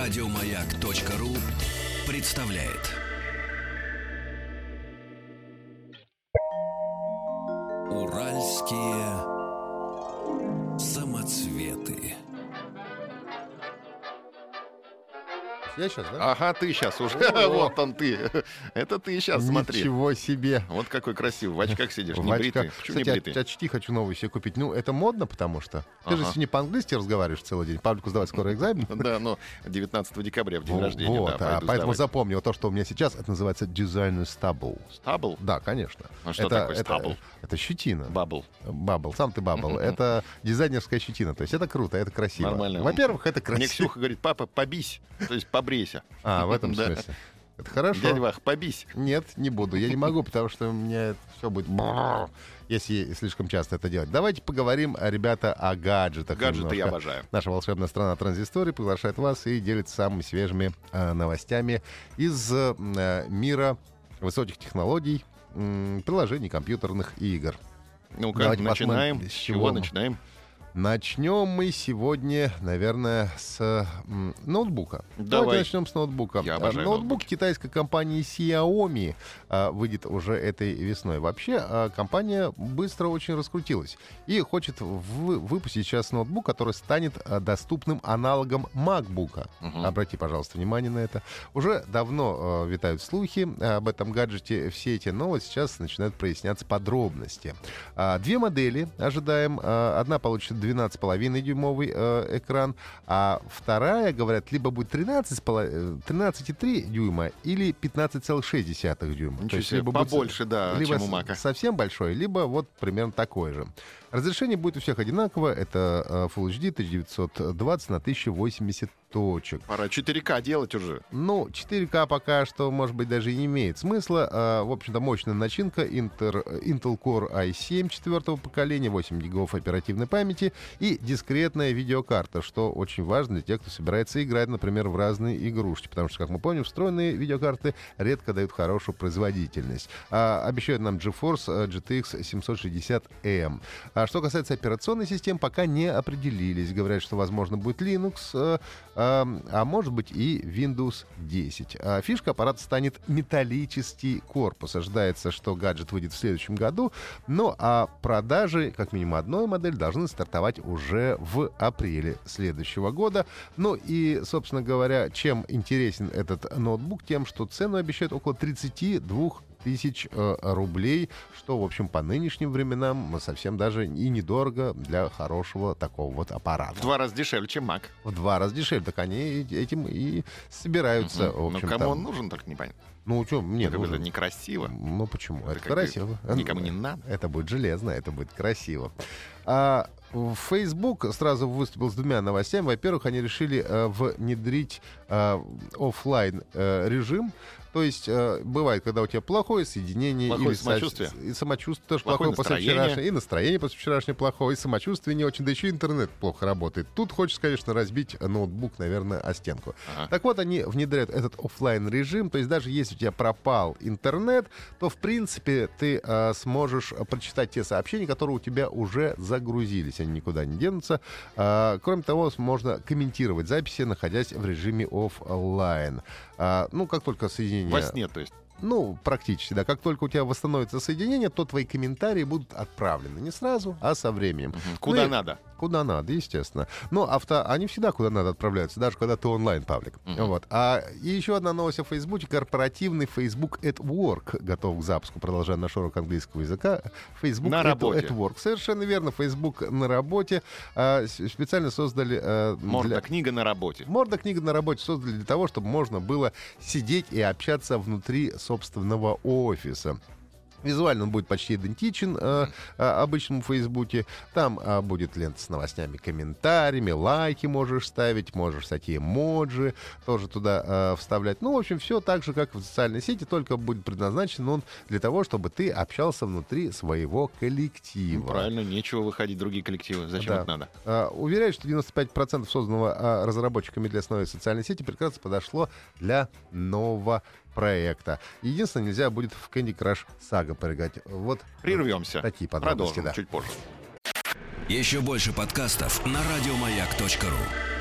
Радиомаяк.ру представляет. Уральские самоцветы. Я сейчас, да? Ага, ты сейчас уже. Вот он ты. Это ты сейчас, смотри. Ничего себе. Вот какой красивый. В очках сидишь, В не очках. бритый. Почему не Кстати, бритый? очки хочу новые себе купить. Ну, это модно, потому что... Ты же Ага. сегодня по-английски разговариваешь целый день. Паблику сдавать скоро экзамен. Да, но 19 декабря, в день рождения, Вот, да, пойду поэтому сдавать. запомни, вот то, что у меня сейчас, это называется designer stubble. Стабл? Да, конечно. А что такое stubble? Это щетина. Бабл. Бабл. Сам ты бабл. Это дизайнерская щетина. То есть это круто, это красиво. Нормально. Во-первых, это Мне красиво. Ксюха говорит: папа, побись. То есть побрейся. А, в этом Да. смысле. Это хорошо. Дядя Вах, побись. Нет, не буду. Я не могу, потому что у меня все будет... если слишком часто это делать. Давайте поговорим, ребята, о гаджетах. Гаджеты я немножко. обожаю. Наша волшебная страна Транзистории приглашает вас и делится самыми свежими новостями из мира высоких технологий, приложений, компьютерных игр. Ну-ка, Давайте начинаем. посмотрим, С чего мы. начинаем? Начнем мы сегодня, наверное, с ноутбука. Давай. Давайте начнем с ноутбука. Я обожаю Ноутбук ноутбуки. китайской компании Xiaomi выйдет уже этой весной. Вообще, компания быстро очень раскрутилась и хочет выпустить сейчас ноутбук, который станет доступным аналогом MacBook. Мгм. Обрати, пожалуйста, внимание на это. Уже давно витают слухи об этом гаджете в сети, но вот сейчас начинают проясняться подробности. Две модели ожидаем. Одна получит 12,5-дюймовый экран, а вторая, говорят, либо будет 13,3 дюйма или 15,6 дюйма. Ничего То есть себе, либо будет побольше, да, либо чем у Мака. совсем большой, либо вот примерно такой же. Разрешение будет у всех одинаково. Это Full HD 1920 на 1080 точек. Пора 4К делать уже. Ну, 4К пока что, может быть, даже и не имеет смысла. В общем-то, мощная начинка Intel Core i7 4-го поколения, 8 гигов оперативной памяти и дискретная видеокарта, что очень важно для тех, кто собирается играть, например, в разные игрушки. Потому что, как мы помним, встроенные видеокарты редко дают хорошую производительность. Обещают нам GeForce GTX 760M. Что касается операционной системы, пока не определились. Говорят, что, возможно, будет Linux, а может быть и Windows 10. Фишка аппарата станет металлический корпус. Ожидается, что гаджет выйдет в следующем году. Ну, а продажи, как минимум одной модели, должны стартовать уже в апреле следующего года. Ну и, собственно говоря, чем интересен этот ноутбук? Тем, что цену обещают около 32 тысяч рублей, что, в общем, по нынешним временам совсем даже и недорого для хорошего такого вот аппарата. В 2 раза дешевле, чем Мак. В 2 раза дешевле. Так они этим и собираются, в Ну, общем. кому он нужен, только непонятно. Ну, что, мне Как бы это нужен. некрасиво. Ну, почему? Это как бы красиво. никому не надо. Это будет железно, это будет красиво. Facebook сразу выступил с двумя новостями. Во-первых, они решили внедрить оффлайн режим. То есть бывает, когда у тебя плохое соединение, Плохое или самочувствие. И самочувствие тоже Плохое плохое после настроение. вчерашнего, и настроение после вчерашнего плохое, и самочувствие не очень, да еще и интернет плохо работает. Тут хочется, конечно, разбить ноутбук, наверное, о стенку. Ага. Так вот, они внедряют этот оффлайн режим, то есть даже если у тебя пропал интернет, то, в принципе, ты сможешь прочитать те сообщения, которые у тебя уже загрузились, они никуда не денутся. Кроме того, можно комментировать записи, находясь в режиме оффлайн. Ну, как только соединение... Во сне, то есть. Ну, практически, да. Как только у тебя восстановится соединение, то твои комментарии будут отправлены. Не сразу, а со временем. Куда Ну и- надо. Куда надо, естественно. Но они всегда куда надо отправляются, даже когда ты онлайн-паблик. Вот. И еще одна новость о Фейсбуке. Корпоративный Facebook at Work готов к запуску. Продолжая наш урок английского языка. Facebook На работе. at Work. Совершенно верно. Facebook на работе. Специально создали... Морда-книга на работе. Морда-книга на работе создали для того, чтобы можно было сидеть и общаться внутри собственного офиса. Визуально он будет почти идентичен обычному Фейсбуке. Там будет лента с новостями, комментариями, лайки можешь ставить, можешь всякие эмоджи тоже туда вставлять. Ну, в общем, все так же, как в социальной сети, только будет предназначен он для того, чтобы ты общался внутри своего коллектива. Ну, правильно, нечего выходить в другие коллективы. Зачем Да. это надо? Уверяю, что 95% созданного разработчиками для основной социальной сети прекрасно подошло для нового проекта. Единственное, нельзя будет в Candy Crush Saga поиграть. Вот Прервемся. такие подробности. Продолжим Да. чуть позже. Еще больше подкастов на радиомаяк.ру.